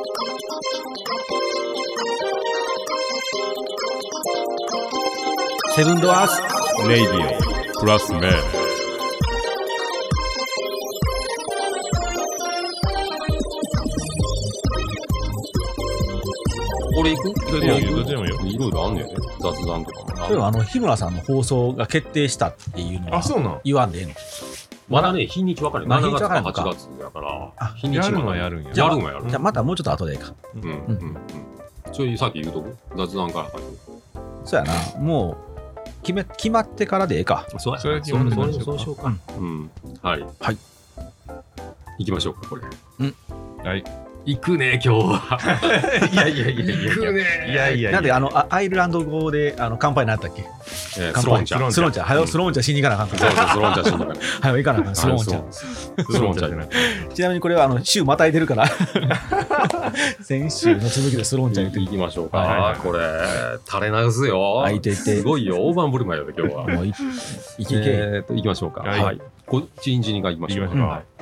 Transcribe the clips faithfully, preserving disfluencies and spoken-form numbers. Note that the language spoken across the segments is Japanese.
セブンドアーズレイディオプラスメン。 これ行く？ どっちでもいいよ、どっちでもいいよ。 いろいろあんねんね。雑談とかもな。 そういえばあの日村さんの放送が決定したっていうのはあ、そうなん。 言わんでええの？ まだね、日にち分かる。 まだしちがつか日にち分かるのかはちがつやから、 あ日にちやるのはやるんや。 やるんはやる。 じゃあまたもうちょっと後でいいか。 うんうんうん。それさっき言うとく？雑談から入る。 そうやな。もう決め決まってからでええか。 そうや。 それそれそれそうしようか。うん。はい。 はい。 行きましょうか、これ。 はい。 行くね、今日は。 いやいやいやいや。 行くね。 いやいや。 なんであのあアイルランド語であの乾杯になったっけ？ えー乾杯スローン茶。 スローン茶。はよスローン茶しに行かなあかんかそうそう、スローン茶しに行かない。 ら。はよ行かなあかん。スローン茶。 スローン茶じゃない。 ちなみにこれはあの週またいでるから先週の続きでスローン茶言って行きましょうはいはいはいか。これ、垂れ流すよ。 開いていってすごいよ。大盤振る舞いよね、今日は。 もういいけいけ、 えーと、行きましょうか。 はいはい。こっちんじにが行きましょう。 行きましょうかはい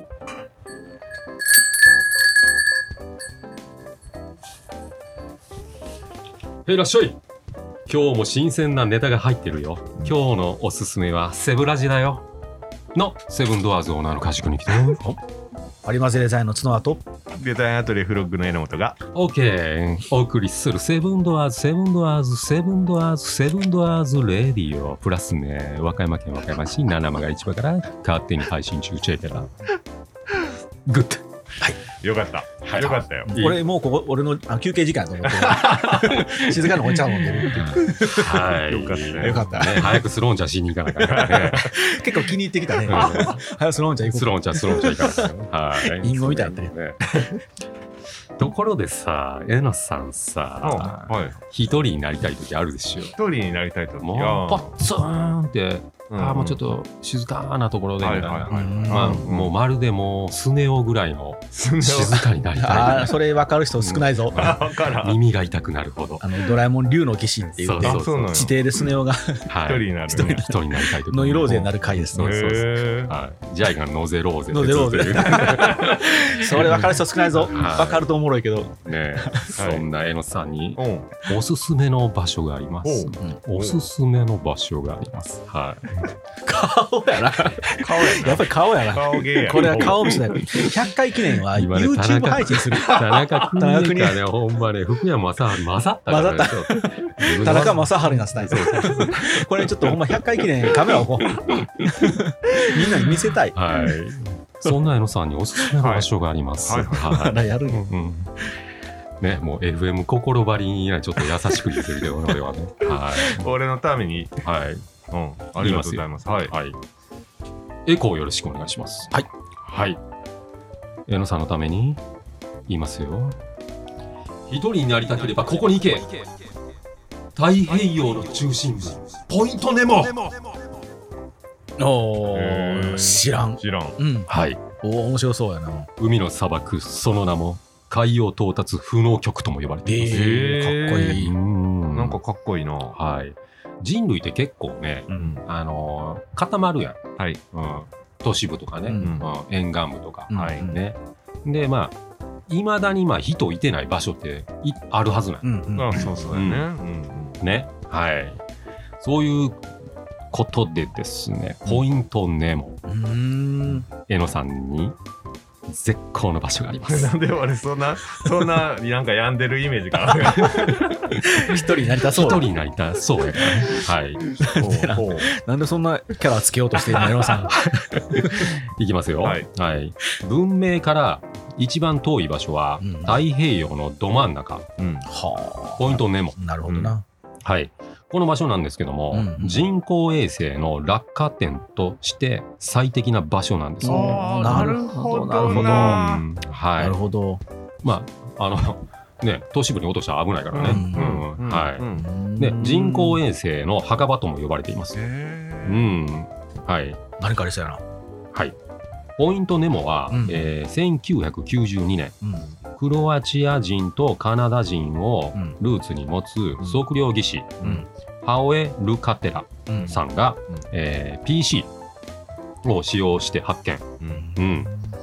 へいらっしゃい。今日も新鮮なネタが入ってるよ。今日のおすすめはセブラジだよ。のセブンドアーズオーナーの家畜に来て。 有馬ゼレザイの角跡デザインアトリエフロッグの榎本が。 オーケー。お送りするセブンドアーズ、セブンドアーズ、セブンドアーズ、セブンドアーズレディオ。プラスね、和歌山県和歌山市七曲市場から勝手に配信中。チェーケラ。グッド。 よかった。よかったよ。 いい俺もうここ俺のあ休憩時間と思って静かにお茶飲んでるっていうはい。 よかったねよかったね。早くスローン茶しに行かなきゃからね。 結構気に入ってきたねうんはよスローン茶行こスローン茶、スローン茶行かなきゃね。はい。 リンゴみたいになってね。ところでさ、えのさんさ、 はい。 一人になりたい時あるでしょ。 一人になりたいと。 もう、パッツーンって、ああ、もうちょっと静かなところで、みたいな。 はいはいはいまあ、もうまるでもう、スネ夫ぐらいの静かになりうたい。 ああそれ分かる人少ないぞわからん。 耳が痛くなるほど。 あのドラえもん竜の騎士って言ってそうあ、そうなの。 地底でスネ夫がはい。 一人になるね。 一人になりたい時。 ノイローゼになる回ですねそうそうそう。 へーはい。ジャイがノゼローゼ。 ノゼローゼってずっと言うそれ分かる人少ないぞはい分かるとおもろいけどねえ、そんなえのさんにうん。 おすすめの場所があります。 おおすすめの場所があります。はい。 顔やな顔ややっぱり顔やな顔芸や。 これは顔見せないひゃっかい記念は今ね YouTube 配信する田中君田中君がね、ほんまね、福山雅治混ざったからね。 混ちょっと自分の田中正治になってたいこれちょっとほんまひゃっかい記念カメラ置こうみんなに見せたいはい。そんなえのさんにおすすめの場所があります。 はいはいらやるのうんね、もう エフエム 心張りにはちょっと優しく言ってるけど、俺はね。は俺のために。 い。はい。 うん。ありがとうございます。はい。 はい。エコーよろしくお願いします。 はい。 はい。えのさんのために言いますよ。一人になりたければここに行け。太平洋の中心部、ポイントネモ。 おへーー知らん知らん。 うんはい。 おー面白そうやな海の砂漠、その名も海洋到達不能極とも呼ばれています。 えー、かっこいい、 うーんなんかかっこいいな。 はい。人類って結構ね、 うん。 あのー固まるやん。 はい。 うん。都市部とかね、 うんうん沿岸部とか。 うんはいね。で、まあ、いまだにまあ人いてない場所っていあるはずなんうんうんあ、そうそうだよね。うんね。はい。そういうことでですね、ポイントネモ、 うーんえのさんに絶好の場所がありまうん。 す。 なんで俺そんな、そんな、なんか病んでるイメージがある。 一人になりたそう一人になりたそうやからね。はい。 ほうほうなんでそんなキャラつけようとしてるのエロさんいきますよ。 はいはい。文明から一番遠い場所はうん太平洋のど真ん中、 うん。 はポイントネモ。 あなるほどな、 はい。この場所なんですけども、 うん人工衛星の落下点として最適な場所なんですよね。 あーなるほどなるほどなうんはい。 なるほどまあ、あの、ね、都市部に落としたら危ないからね。 うんうんはい。 うんで、人工衛衛星の墓場とも呼ばれています。 へうーん。はい。 何かありそうやなはい。ポイントネモは、 うんえーせんきゅうひゃくきゅうじゅうにねん、 うんクロアチア人とカナダ人をうんルーツに持つ測量技師、 うんハオエ・ルカテラうんさんが、 うんえーピーシー を使用して発見。 うんうん。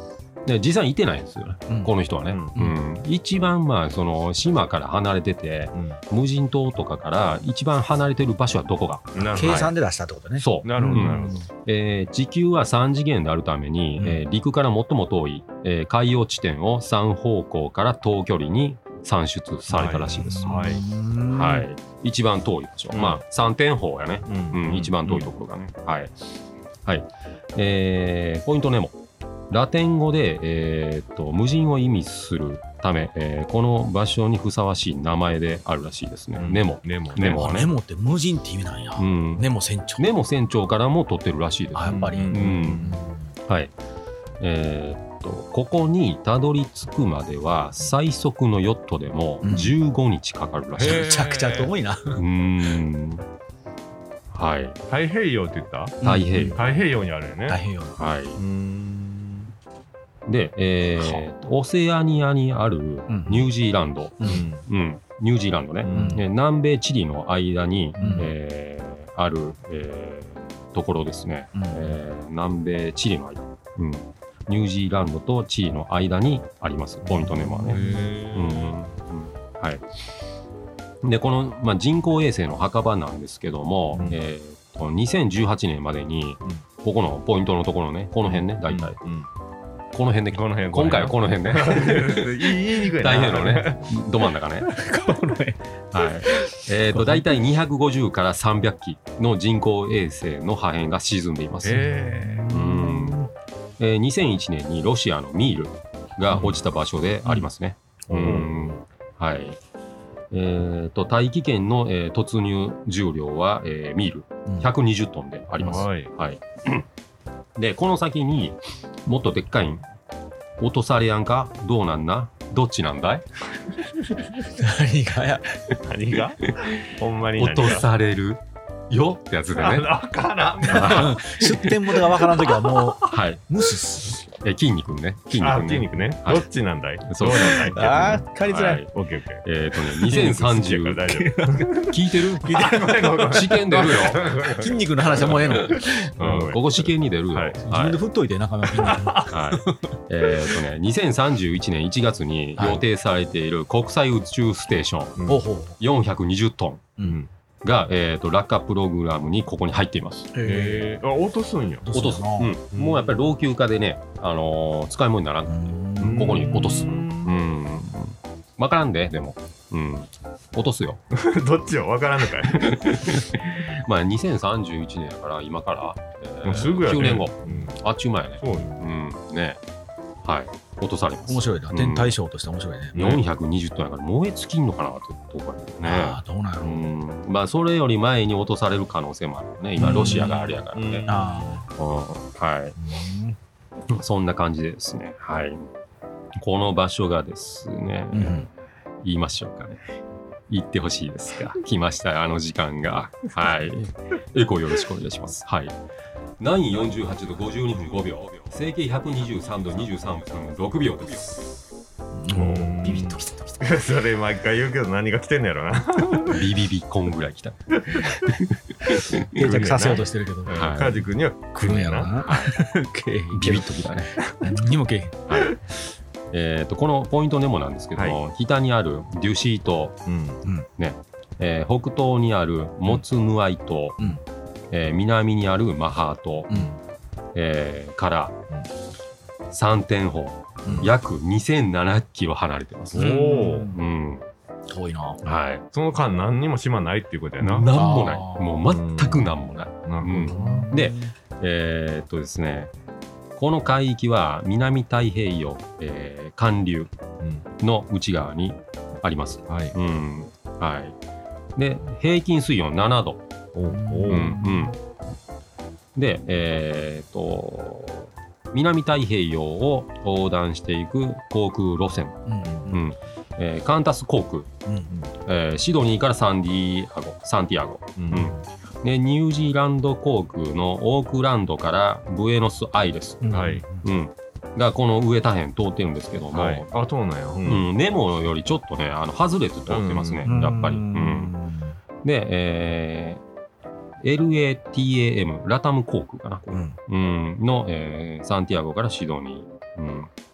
で実際にいてないんですよね、 うんこの人はね、 うんうん一番まあその島から離れててうん無人島とかから一番離れてる場所はどこか、 なるほど計算で出したってことね。 そう、 なるほどうんなるほど。 えー地球はさん次元であるために、 うんえー陸から最も遠い、えー海洋地点をさん方向から等距離に算出されたらしいです。 ははいい、はい一番遠い場所、 うんまあさんてん方やね、 ううん、一番遠いところがね、はい、はいえーポイントネモ、ラテン語で、えーっと無人を意味するため、えーこの場所にふさわしい名前であるらしいですね、 うんネモ、 ネモネモはねネモって無人って意味なんや。 うん、 ネモ船長。 ネモ船長からも取ってるらしいですあ、やっぱり。 うんうんはい。えーっと、ここにたどり着くまでは、最速のヨットでもうんじゅうごにちかかるらしい。 へーめちゃくちゃ遠いな。 うーん。はい。 太平洋って言った太平洋。 太平洋にあるよね。 太平洋。 はうーんい。で、えーっと、オセアニアにあるんニュージーランド、 う。 うんんうん、ニュージーランドね、 うんえ南米チリの間に、 うんえーある、えーところですね、 うんえー南米チリの間、うん、ニュージーランドとチリの間にありますポイントネモはね、 へうんうんーうんはい、でこの、まあ、人工衛星の墓場なんですけども、 うんえーとにせんじゅうはちねんまでに、ここのポイントのところねこの辺ね大体、 うんこの辺でこの辺今回はこの辺ね言い言いにくいな。 太平洋のねど真ん中ねはいえー、と大体にひゃくごじゅうからさんびゃくきの人工衛星の破片が沈んでいます、 へーうんえーにせんいちねんにロシアのミールが落ちた場所でありますね。 うんうんはいえー、と大気圏の、えー突入重量は、えーミールひゃくにじゅうトンであります。 はいはい、でこの先にもっとでっかいん落とされやんかどうなんなどっちなんだい何がや。 何がほんまに落と何がされるよってやつでね。 わからん。 出店元がわからんときはもはい、 う無視すえ筋肉ね筋あ、 肉ね。 筋肉ね。 はいどっちなんだいそうどうなんだいる。ああ、借りづら。 はいいオッケーオッケー。 えっ、とねにせんさんじゅう大丈夫。 聞いてる聞いてるごめんごめんごめん試験出るよ、 筋肉の話はもうええの。 うん、ここ試験に出るよ。 はい自はい分で振っといて、中身筋肉。 はい、えっ、とねにせんさんじゅういちねんいちがつに予定されている国際宇宙ステーションうんほうほよんひゃくにじゅうトう。ううんん。 ンが、えー、と落下プログラムにここに入っています。 へへーあ、落とすんや。 え。 落とす、 なうん、もうやっぱり老朽化でね、あのー使い物にならん。 うんここに落とすううんん。わからんで、でも。うん。落とすよ。 どっちよわからんのかい。 まあ、にせんさんじゅういちねんやから、今から、えーもうすぐやねきゅうねんご。 うんあっちゅう前やね。 そうよ。 うん。ね。はい。落とされます。 面白いな。 うん天体ショーとして面白いね。 ねよんひゃくにじゅうトンやから燃え尽きんのかなってとこやけどね。 ああ、どうなんやうろ。 ん。まあ、それより前に落とされる可能性もあるよね。今、ロシアがあれやからね。 うんあうん。はあ。 い。そんな感じでですね。はい。この場所がですね、 うん言いましょうかね。言ってほしいですが、来ましたよ、あの時間が。はい。エコーよろしくお願いします。はい。ナインよんじゅうはちどごじゅうにふんごびょう。整形ひゃくにじゅうさんどにじゅうさんぷんろくびょうです。 うんビビッときたきた。 それ毎回言うけど何が来てんのやろな。 ビビビコンぐらい来た。 定着させようとしてるけど。 はいカジ君には来るんやろな。けえへんビビッときたね。 何にもけえへん。 えっと、このポイントネモなんですけども、北にあるデュシー島、 うん。 えー北東にあるモツヌアイ島、 うんえー南にあるマハー島、 うんえーからさんてん方、 うん約にせんななひゃくキロ離れてます。 おーうん。 遠いな。 はい。 その間何にも島ないっていうことやなんな。 もない。 あーもう全くなんもない。 なるほどな。 で、えーっとですね、この海域は南太平洋、えー寒流の内側にあります。 うん。はい。 うん。はい。で、平均水温ななど。 おおうんうん。で、えーっと、南太平洋を横断していく航空路線、 うんうんえーカンタス航空、 うんえーシドニーからサンディアゴ、サンティアゴ、 うんでニュージーランド航空のオークランドからブエノスアイレス、 うんはい。 うん、がこの上多辺通ってるんですけども、 はい。あ、そうなんや。う。 うんん、ネモよりちょっとね、あの外れて通ってますね、 うんやっぱり。うんで、えー エルエーティーエーエム、ラタム航空かな、 うんうん、の、えーサンティアゴからシドニー、うん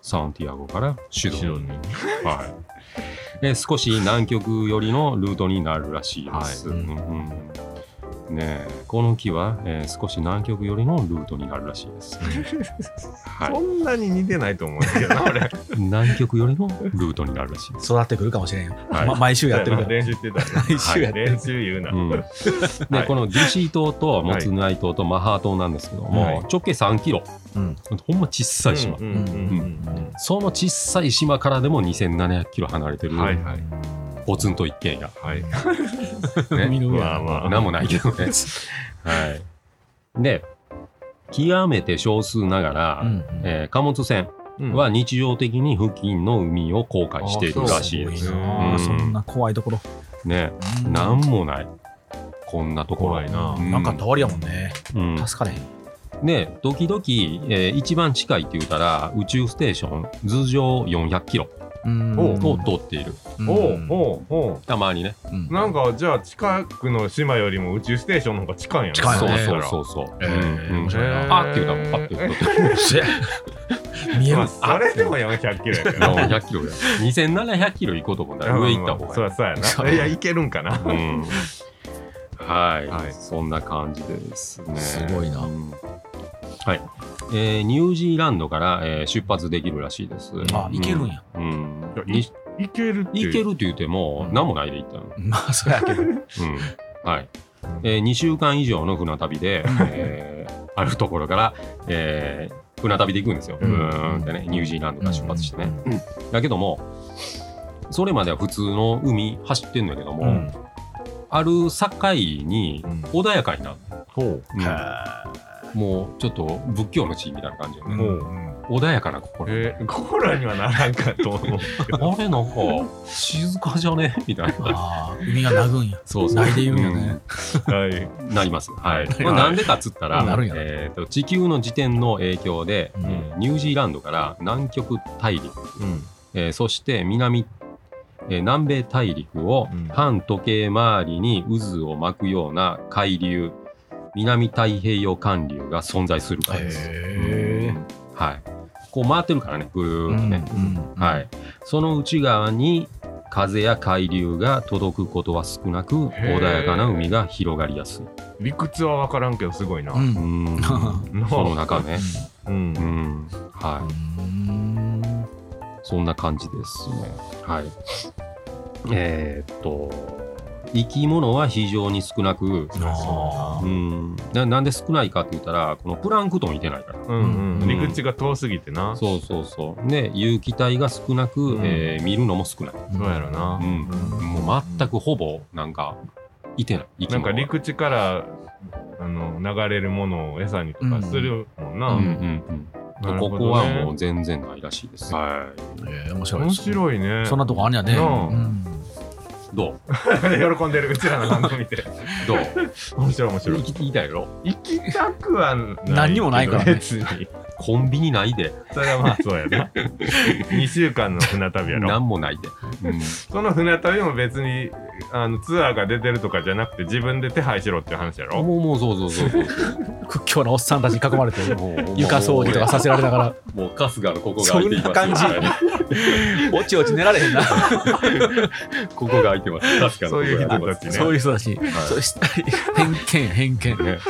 サンティアゴからシドニシドニー。 ー、はいで少し南極寄りのルートになるらしいです、 はいうんうんねえこの木は、えー少し南極寄りのルートになるらしいです、はそんなに似てないと思うんだけどな、俺。 い、南極寄りのルートになるらしいです、 育ってくるかもしれんよ。 はいま毎週やってるから。 練習してたよ。 毎週やってる。 練習言うな。 うんではいこのデュシー島とモツナイ島とマハー島なんですけども、 はい直径さんキロ、 うんほんま小さい島、 うんうんうんその小さい島からでもにせんななひゃくキロ離れてる、 うん。はいはい。 ポツンと一軒家、 はい。 ね、 海の上まあまあ。 なんもないけどね。はい。で、極めて少数ながら、 うんうんえー貨物船うんは日常的に付近の海を航海しているらしいです。 すごいうんなあそんな怖いところ。 ね、 うんなんもない。こんなところ。 怖いなうんなんかあったら終わりやもんね。 うん助かれへん。 で、時々、えー一番近いって言うたら、宇宙ステーション、頭上よんひゃくキロうんおを通っている。 うんおうおうおう。 たまにね。 うんなんかじゃあ近くの島よりも宇宙ステーションの方が近いんやな。 そう近いよねそうそうそう。 えーうんうん面白いなあって言うたもん、パッて言うたせや見えるまあ。それでもよんひゃくキロやから。 よんひゃくキロや。にせんななひゃくキロ行こうと思ったら上行った方がいい。 そうやそうやな。いや、いけるんかな。 うんはい、 はいそんな感じですね。 すごいなうんはい、えーニュージーランドから、えー出発できるらしいです。 あ行けるんや。 うん。うんいやにいけるって。 行けるって言っても、 うん何もないで行ったの。 まあそうやけど。 うん。はい。えー、にしゅうかん以上の船旅で、えーあるところから、えー船旅で行くんですよ。ううんーんってね、ニュージーランドから出発してね。 うんだけども、それまでは普通の海走ってんだけども、 うんある境にうん穏やかになる、 ほう。 うんはもうちょっと仏教の地みたいな感じでね、 いうん穏やかな心、 えー、心にはならんかと思うけど。 あれなんか静かじゃねみたいなああ海がなぐんや。 そうそう泣いて言うんやね。 はい。 うんなります、はいはいこれなんでかっつったら、 なるんやえーと地球の自転の影響で、 うんえーニュージーランドから南極大陸、 うん。 えーそして南、えー南米大陸をうん反時計回りに渦を巻くような海流、南太平洋環流が存在するからです。 へうんはい。こう回ってるからね、ぐるーっとね。 うんはい。その内側に風や海流が届くことは少なく、 へー穏やかな海が広がりやすい。 理屈は分からんけどすごいな。 ううんん。 のその中ね。 うんう。ん。はい。 うんそんな感じですね。はい。えーっと、生き物は非常に少なく、 あーうん、ななんで少ないかって言ったら、このプランクトンいてないから。 うんうんうん。陸地が遠すぎてな。 そうそうそう。で、有機体が少なく、 うんえー見るのも少ない。 そうやろなう。ん。もう全くほぼ、なんか、いてない。生きなん物はか陸地からあの流れるものを餌にとかするもんな。 うんうんうん。 なるほどねここはもう全然ないらしいです。はえー面白い。 面白いね。 そんなとこあんやね。 なあうんい。どう喜んでるうちらの反応見て。 どう面白い面白い。 行きたいやろ行きたくはないけど。 何にもないからね別に。 コンビニないで。 それはまあそうやな。にしゅうかんの船旅やろ。 なんもないで。うんその船旅も別にあのツアーが出てるとかじゃなくて自分で手配しろっていう話やろ。 もうもうそうそうそうそう。 屈強なおっさんたちに囲まれてもう床掃除とかさせられながらもう春日のここがそん空いていますな感じみたいなおちおち寝られへんなここが空いてます。確かに。 そういう人たちねそういう人たちそうし偏見偏見ね。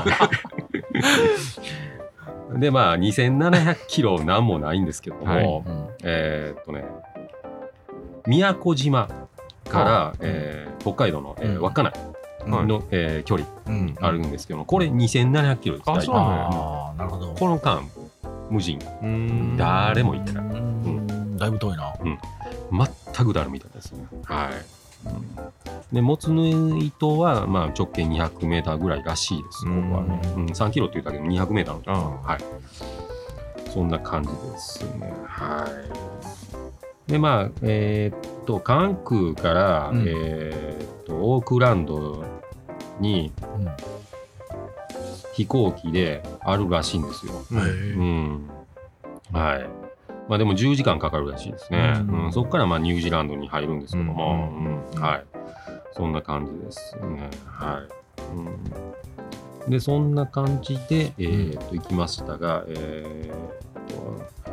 でまあにせんななひゃくキロなんもないんですけども、 はいうんえーっとね宮古島から、えー北海道の、えーうん稚内はいの、えー距離うんあるんですけども、これにせんななひゃくキロです。大体あそうなんやああなるほどこの間無人うーん誰も行ってない。 うんだいぶ遠いな全く誰も見たですね。はい。うんで、モツヌイ島は、まあ、直径にひゃくメーターぐらいらしいです。ここはね。うん、さんキロって言ったけど、にひゃくメーターの。 あはい。そんな感じですね。はい。で、まあ、えーっと、関空から、 うんえーっと、オークランドにうん飛行機であるらしいんですよ。 うんへうーん。はい。まあでもじゅうじかんかかるらしいですね。 うんうんそこからまあニュージーランドに入るんですけども、 うんうんはい。そんな感じですね。はい。うん、で、そんな感じで、えーっと、行きましたが、えーっと、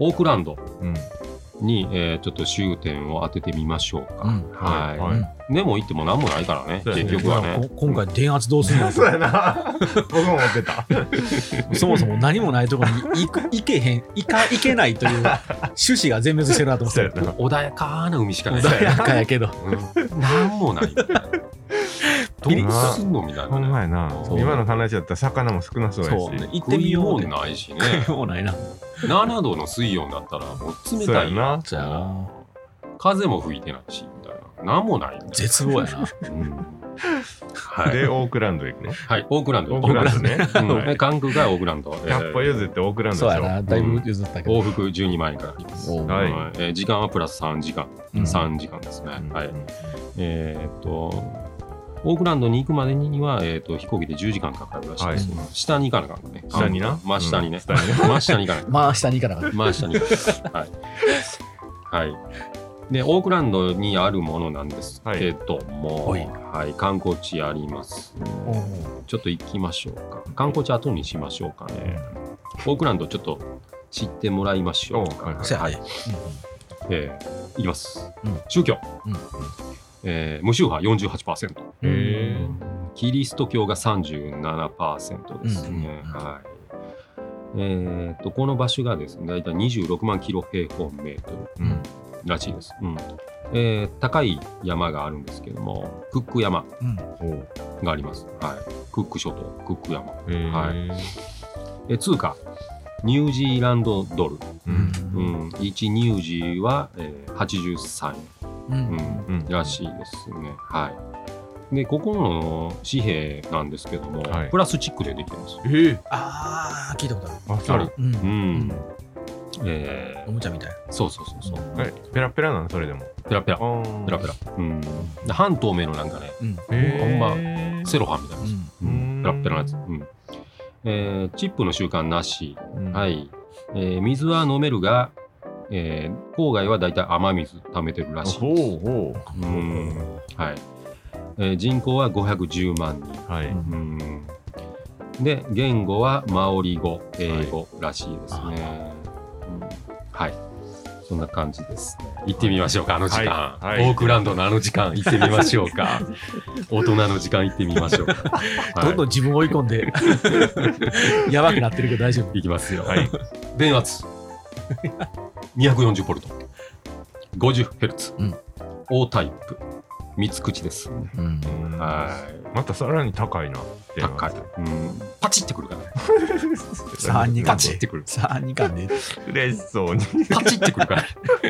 オークランドうんに、えー、ちょっと終点を当ててみましょうか。 うんはい。 はいうんでも行っても何もないからね、 そうやね結局はね。 こ今回電圧どうすんのそうやな僕も思ってたそもそも何もないところに行く行けへん行か行けないという趣旨が全滅してるなと思ってそうやな穏やかな海しかない。 穏やかやけどうん何もない。どうすんのみたいほな、ね。 んまやなそう今の話だったら魚も少なそうやしそうね行ってみようって食いもんないしね。 もうないなななどの水温だったらもう冷たいやん。 そうやな風も吹いてないし、みたいな。何もない。 絶望やなうんはい。 でオークランド行くねはい、オークランド。 オークランドねうんで関空がオークランド。 ひゃっぽ譲ってオークランドそうでしょやなだいぶ譲ったけど往復じゅうにまん円からあります。 おうはいはいえー時間はプラスさんじかん。 うんさんじかんですね。はい。 うんえーっと、オークランドに行くまでには、えーっと飛行機でじゅうじかんかかるらしいです。 はい下に行かなあかんね。 下にな真下にね。 うん下にね真下に行かない。 まあ下に行かなかった真下に行かない。はい。はい。で、オークランドにあるものなんですけども、 はいはい、観光地あります。ちょっと行きましょうか。観光地後にしましょうかね。オークランドちょっと知ってもらいましょうか。 おはいはいそうやねえーいきます。 うん宗教、 うんえー無宗派 よんじゅうはちパーセント、 へキリスト教が さんじゅうななパーセント ですね。 うんうんはいえーとこの場所がですね、だいたいにじゅうろくまんキロ平方メートルうんらしいです。うんえー高い山があるんですけども、クック山うんおうがあります。はい、クック諸島、クック山。 へーはいえ通貨、ニュージーランドドル。 うんうん、いちニュージーは、えーはちじゅうさんうんえん、 うんうん、らしいですね。はい。で、ここの紙幣なんですけども、 はいプラスチックでできてます。 えーああ聞いたことあるあそうあるうんうん。えおもちゃみたいーそうそうそうそう。 えペラペラなのそれでもペラペラ。 あーペラペラ。うん。で半透明のなんかね、 うんへーほんまセロハンみたいなやつ。 うんうんペラペラなやつ。うん。えーチップの習慣なし。 うんはい。えー水は飲めるが、えー郊外はだいたい雨水溜めてるらしいほです。 うほうんはいえー人口はごひゃくじゅうまんにん。 うはいうんで、言語はマオリ語、英語らしいですね。うんはい。そんな感じですね。行ってみましょうか、あの時間。 はいはいオークランドのあの時間、行ってみましょうか。大人の時間行ってみましょうか。はいどんどん自分追い込んでやばくなってるけど大丈夫行きますよ。 はい電圧。にひゃくよんじゅうボルト。ごじゅうヘルツ。 うんオータイプ。三つ口です。 うんうんはい。 またさらに高いな高い。うん。パチってくるからね。 さんにパかでチってくる。 さんにかで嬉しそうにパチってくるから。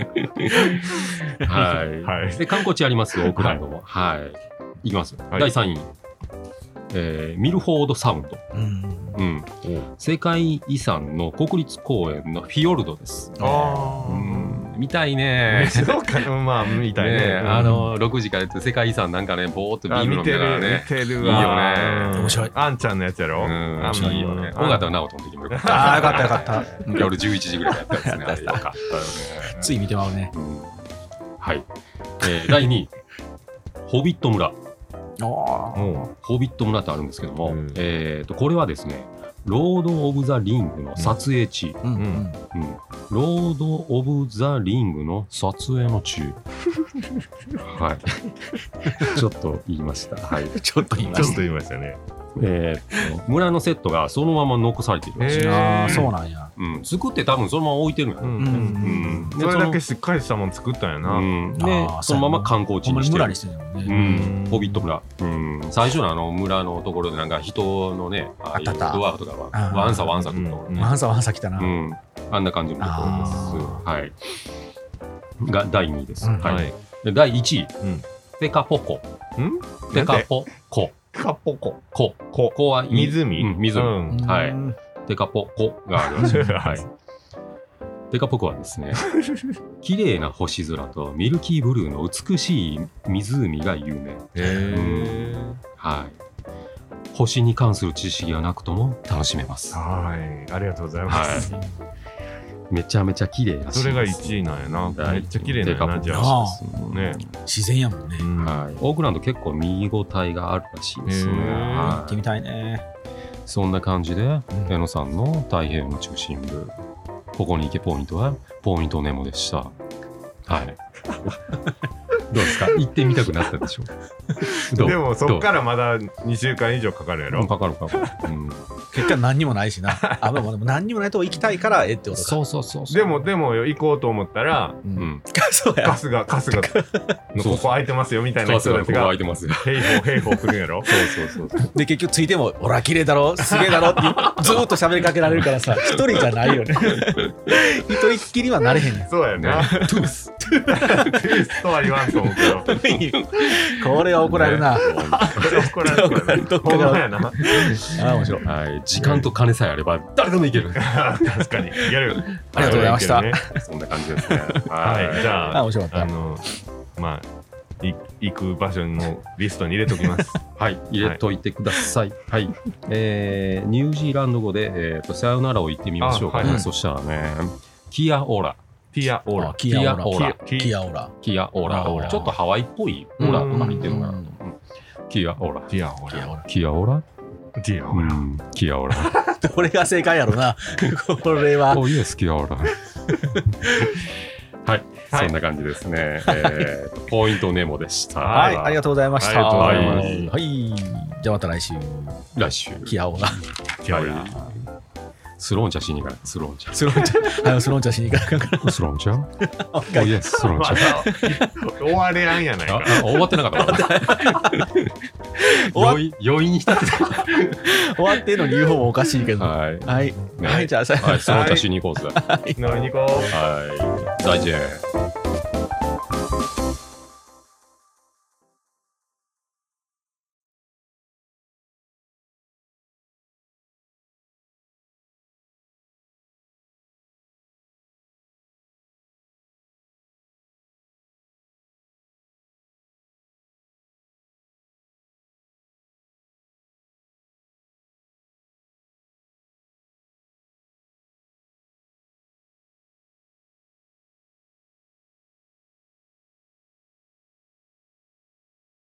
はい。 はいで、観光地あります、オークランドも。はい。いきます。 はいだいさんい。えーミルフォードサウンド。 うんうん。世界遺産の国立公園のフィヨルドです。 ああうん。見たいね。 そうかまあみたいねねうんあのろくじからやって世界遺産なんかね、ぼーっとビール飲んあ見てるでからね。 見てるいいよわねうん面白いあんちゃんのやつやろうん、 あ面白いよね。 うん尾形直人の時もよかっああよかったよかったた。夜じゅういちじぐらいやったんですね。あれよかったよね。 つい見てまうねうんはい。えーだいにい。ホビット村。 あもホビット村ってあるんですけども、 うんえーとこれはですね、ロード・オブ・ザ・リングの撮影地。 うんうんうんロード・オブ・ザ・リングの撮影の地。はい。ちょっと言いました。はい。 ちょっと言いうましちょっと言いましたねえーと村のセットがそのまま残されているらしい。 へーたああそうなんやうん、作って多分そのまま置いてるんやね。 うんうんそれだけしっかりしたもん作ったんやなうん、であーそのまま観光地ほんまにしてるに村にしてるのうねん、ホビット村、うん、最初のあの村のところでなんか人のねああいうドあったあったワーフとかはあーワンサワンサ来るところね、 ワンサワンサ来たなうん、あんな感じのところです。はい。がだいにいです。 うんはい。 はいでだいいちい、 うんテカポコ。 んテカポコ。 カポココ。 ココはいい湖うん、湖。 うんはいうんテカポコがあります。はい。テカポコはですね、綺麗な星空とミルキーブルーの美しい湖が有名。 へえはい。星に関する知識がなくとも楽しめます。 はいありがとうございますめちゃめちゃ綺麗らしいです。 それがいちいなんやなめっちゃ綺麗なんやなじゃあああね自然やもんねうんはい。オークランド結構見応えがあるらしいですね。 へーはい行ってみたいねそんな感じで、 ん江野さんの太平洋の中心部、 ここに行けポイントはポイントネモでした。はい。どうですか？行ってみたくなったでしょ？どうでもそっからまだにしゅうかん以上かかるやろ。 かかるかかる。うん、 結果何にもないしな。あ、まあでも何にもないとこ行きたいからえってことか。 そうそうそうそう。 でもでも行こうと思ったら、 うん。そうや。 春日春日のここ空いてますよみたいな人たちが空いてますよ。 ヘイホーヘイホー来るんやろ。 そうそうそう。 で結局ついても、ほら綺麗だろ、すげえだろってずーっと喋りかけられるからさ、一人じゃないよね。一人っきりはなれへんねん。 そうやな。 トゥース。 トゥースとは言わんと思うけど。 これは怒られるな。 これ怒られるからね。ほんまやな。 ああ面白い。 はい、時間と金さえあれば誰でもいける。 確かに。やる。 ありがとうございました。 そんな感じですね。 はい。じゃあ、 あ面白かった。 あのまあい行く場所のリストに入れときます。 はい、入れといてください。はい。えー、ニュージーランド語でえっとさよならを言ってみましょうかね。そしたらね、キアオラ。 ティアオラ。 キアオラ。 キアオラ。キアオラ。ちょっとハワイっぽいオラとか入ってるのかな。キアオラ。 キアオラ。 キアオラ。 キアオラ。 キアオラ。 これが正解やろな。これは。 おイエスキアオラ。はい、そんな感じですね。えー、ポイントネモでした。 はい、ありがとうございました。 はい、 はい、じゃあまた来週。 来週。 キアオラ。 キアオラ。 スローン茶しに行かない。スローン茶。 スローン茶。あのスローン茶しに行かないから。 スローン茶。おいえ、スローン茶。 終われやんやないか。 終わってなかった。余韻に浸ってた。 終わってんのに言う方もおかしいけど。 はい。 はい。はい、じゃあ、 スローン茶しに行こうぜ。 飲みに行こう。 はい。再见。